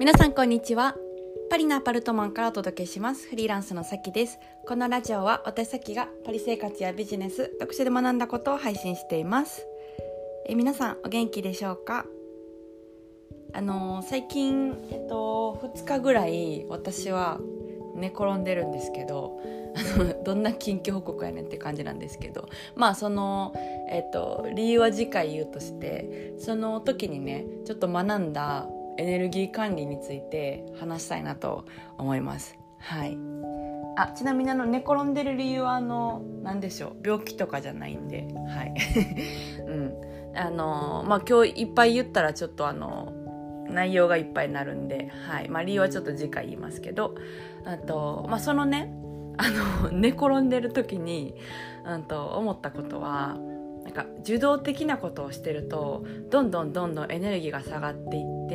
皆さんこんにちは。パリのアパルトマンからお届けします。フリーランスのさきです。このラジオは私さきがパリ生活やビジネス、読書で学んだことを配信しています。皆さんお元気でしょうか？最近、2日ぐらい私は寝転んでるんですけど、どんな近況報告やねんって感じなんですけど、理由は次回言うとして、その時にねちょっと学んだエネルギー管理について話したいなと思います。はい。ちなみに寝転んでる理由は何でしょう、病気とかじゃないんで、はい。今日いっぱい言ったらちょっと内容がいっぱいになるんで、はい。理由はちょっと次回言いますけど、そのね寝転んでる時に思ったことは、なんか受動的なことをしてるとどんどんエネルギーが下がっていって、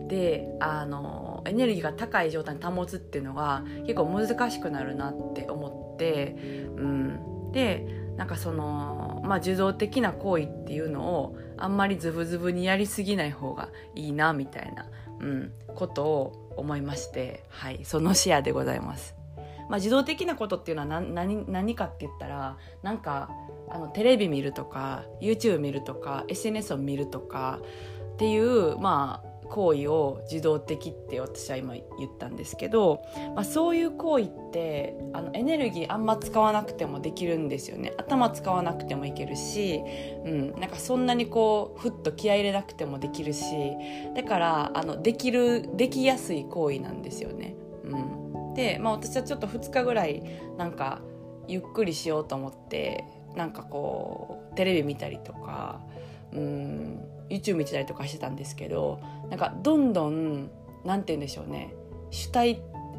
でエネルギーが高い状態に保つっていうのが結構難しくなるなって思って、でなんか受動的な行為っていうのをあんまりズブズブにやりすぎない方がいいなみたいな、ことを思いまして、はい、そのシェアでございます。受動的なことっていうのは何かって言ったら、なんかテレビ見るとか YouTube 見るとか SNS を見るとかっていう行為を受動的って私は今言ったんですけど、そういう行為ってエネルギーあんま使わなくてもできるんですよね。頭使わなくてもいけるし、なんかそんなにこうふっと気合い入れなくてもできるし、だからできやすい行為なんですよね。で、私はちょっと2日ぐらいなんかゆっくりしようと思って、なんかこうテレビ見たりとかYouTube 見てたりとかしてたんですけど、なんかどんどんなんて言うんでしょうね、主体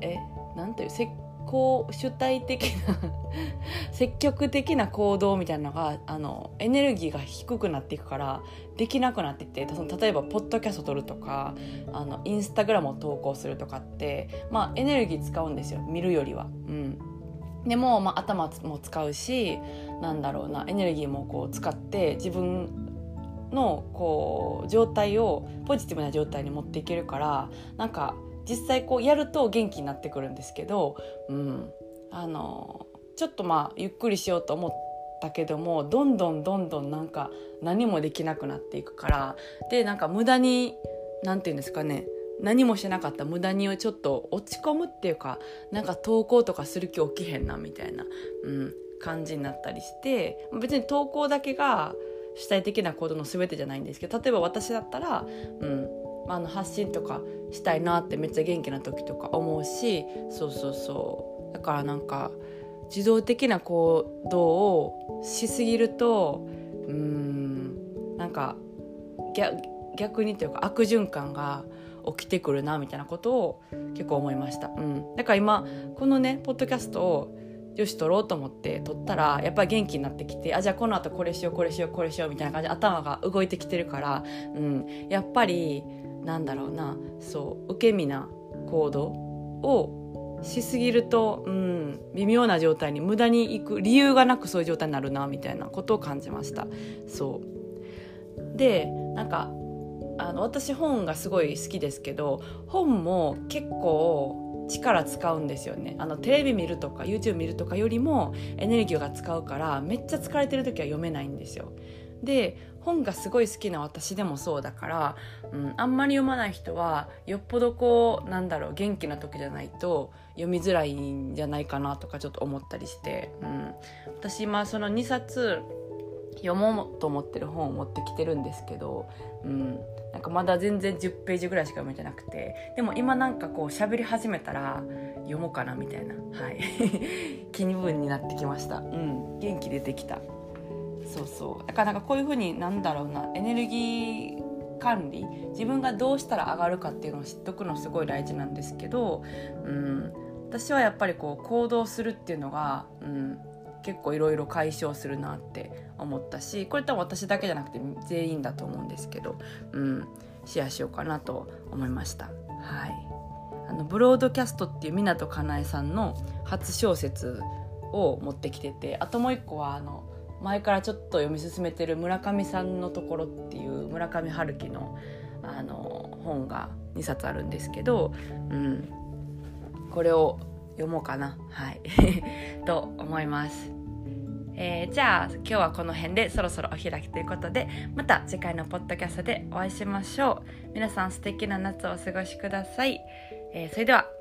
的な積極的な行動みたいなのがエネルギーが低くなっていくからできなくなっていって、例えばポッドキャスト撮るとかインスタグラムを投稿するとかってエネルギー使うんですよ、見るよりは。でも、頭も使うし、エネルギーもこう使って自分のこう状態をポジティブな状態に持っていけるから、なんか実際こうやると元気になってくるんですけど、ちょっとゆっくりしようと思ったけども、どんどんなんか何もできなくなっていくから、でなんか無駄になんていうんですかね、何もしなかった無駄にちょっと落ち込むっていうか、なんか投稿とかする気起きへんなみたいな、感じになったりして、別に投稿だけが主体的な行動の全てじゃないんですけど、例えば私だったら、発信とかしたいなってめっちゃ元気な時とか思うし、だからなんか受動的な行動をしすぎるとなんか逆にというか悪循環が起きてくるなみたいなことを結構思いました。だから今このねポッドキャストをよし撮ろうと思って撮ったら、やっぱり元気になってきて、じゃあこの後これしようみたいな感じで頭が動いてきてるから、やっぱり受け身な行動をしすぎると、微妙な状態に無駄に行く理由がなくそういう状態になるなみたいなことを感じました。でなんか私本がすごい好きですけど、本も結構力使うんですよね。テレビ見るとか YouTube 見るとかよりもエネルギーが使うから、めっちゃ疲れてる時は読めないんですよ。で本がすごい好きな私でもそうだから、あんまり読まない人はよっぽど元気な時じゃないと読みづらいんじゃないかなとかちょっと思ったりして、私今その2冊読もうと思ってる本を持ってきてるんですけど、なんかまだ全然10ページぐらいしか読めてなくて、でも今なんかこう喋り始めたら読もうかなみたいな、気分になってきました。元気出てきた。だからなんかこういう風にエネルギー管理、自分がどうしたら上がるかっていうのを知っとくのすごい大事なんですけど、私はやっぱりこう行動するっていうのが、結構いろいろ解消するなって思ったし、これ多分私だけじゃなくて全員だと思うんですけど、シェアしようかなと思いました。ブロードキャストっていう湊かなえさんの初小説を持ってきてて、あともう一個は前からちょっと読み進めてる村上さんのところっていう村上春樹の本が2冊あるんですけど、これを読もうかな、はいと思います。じゃあ今日はこの辺でそろそろお開きということで、また次回のポッドキャストでお会いしましょう。皆さん素敵な夏をお過ごしください。それでは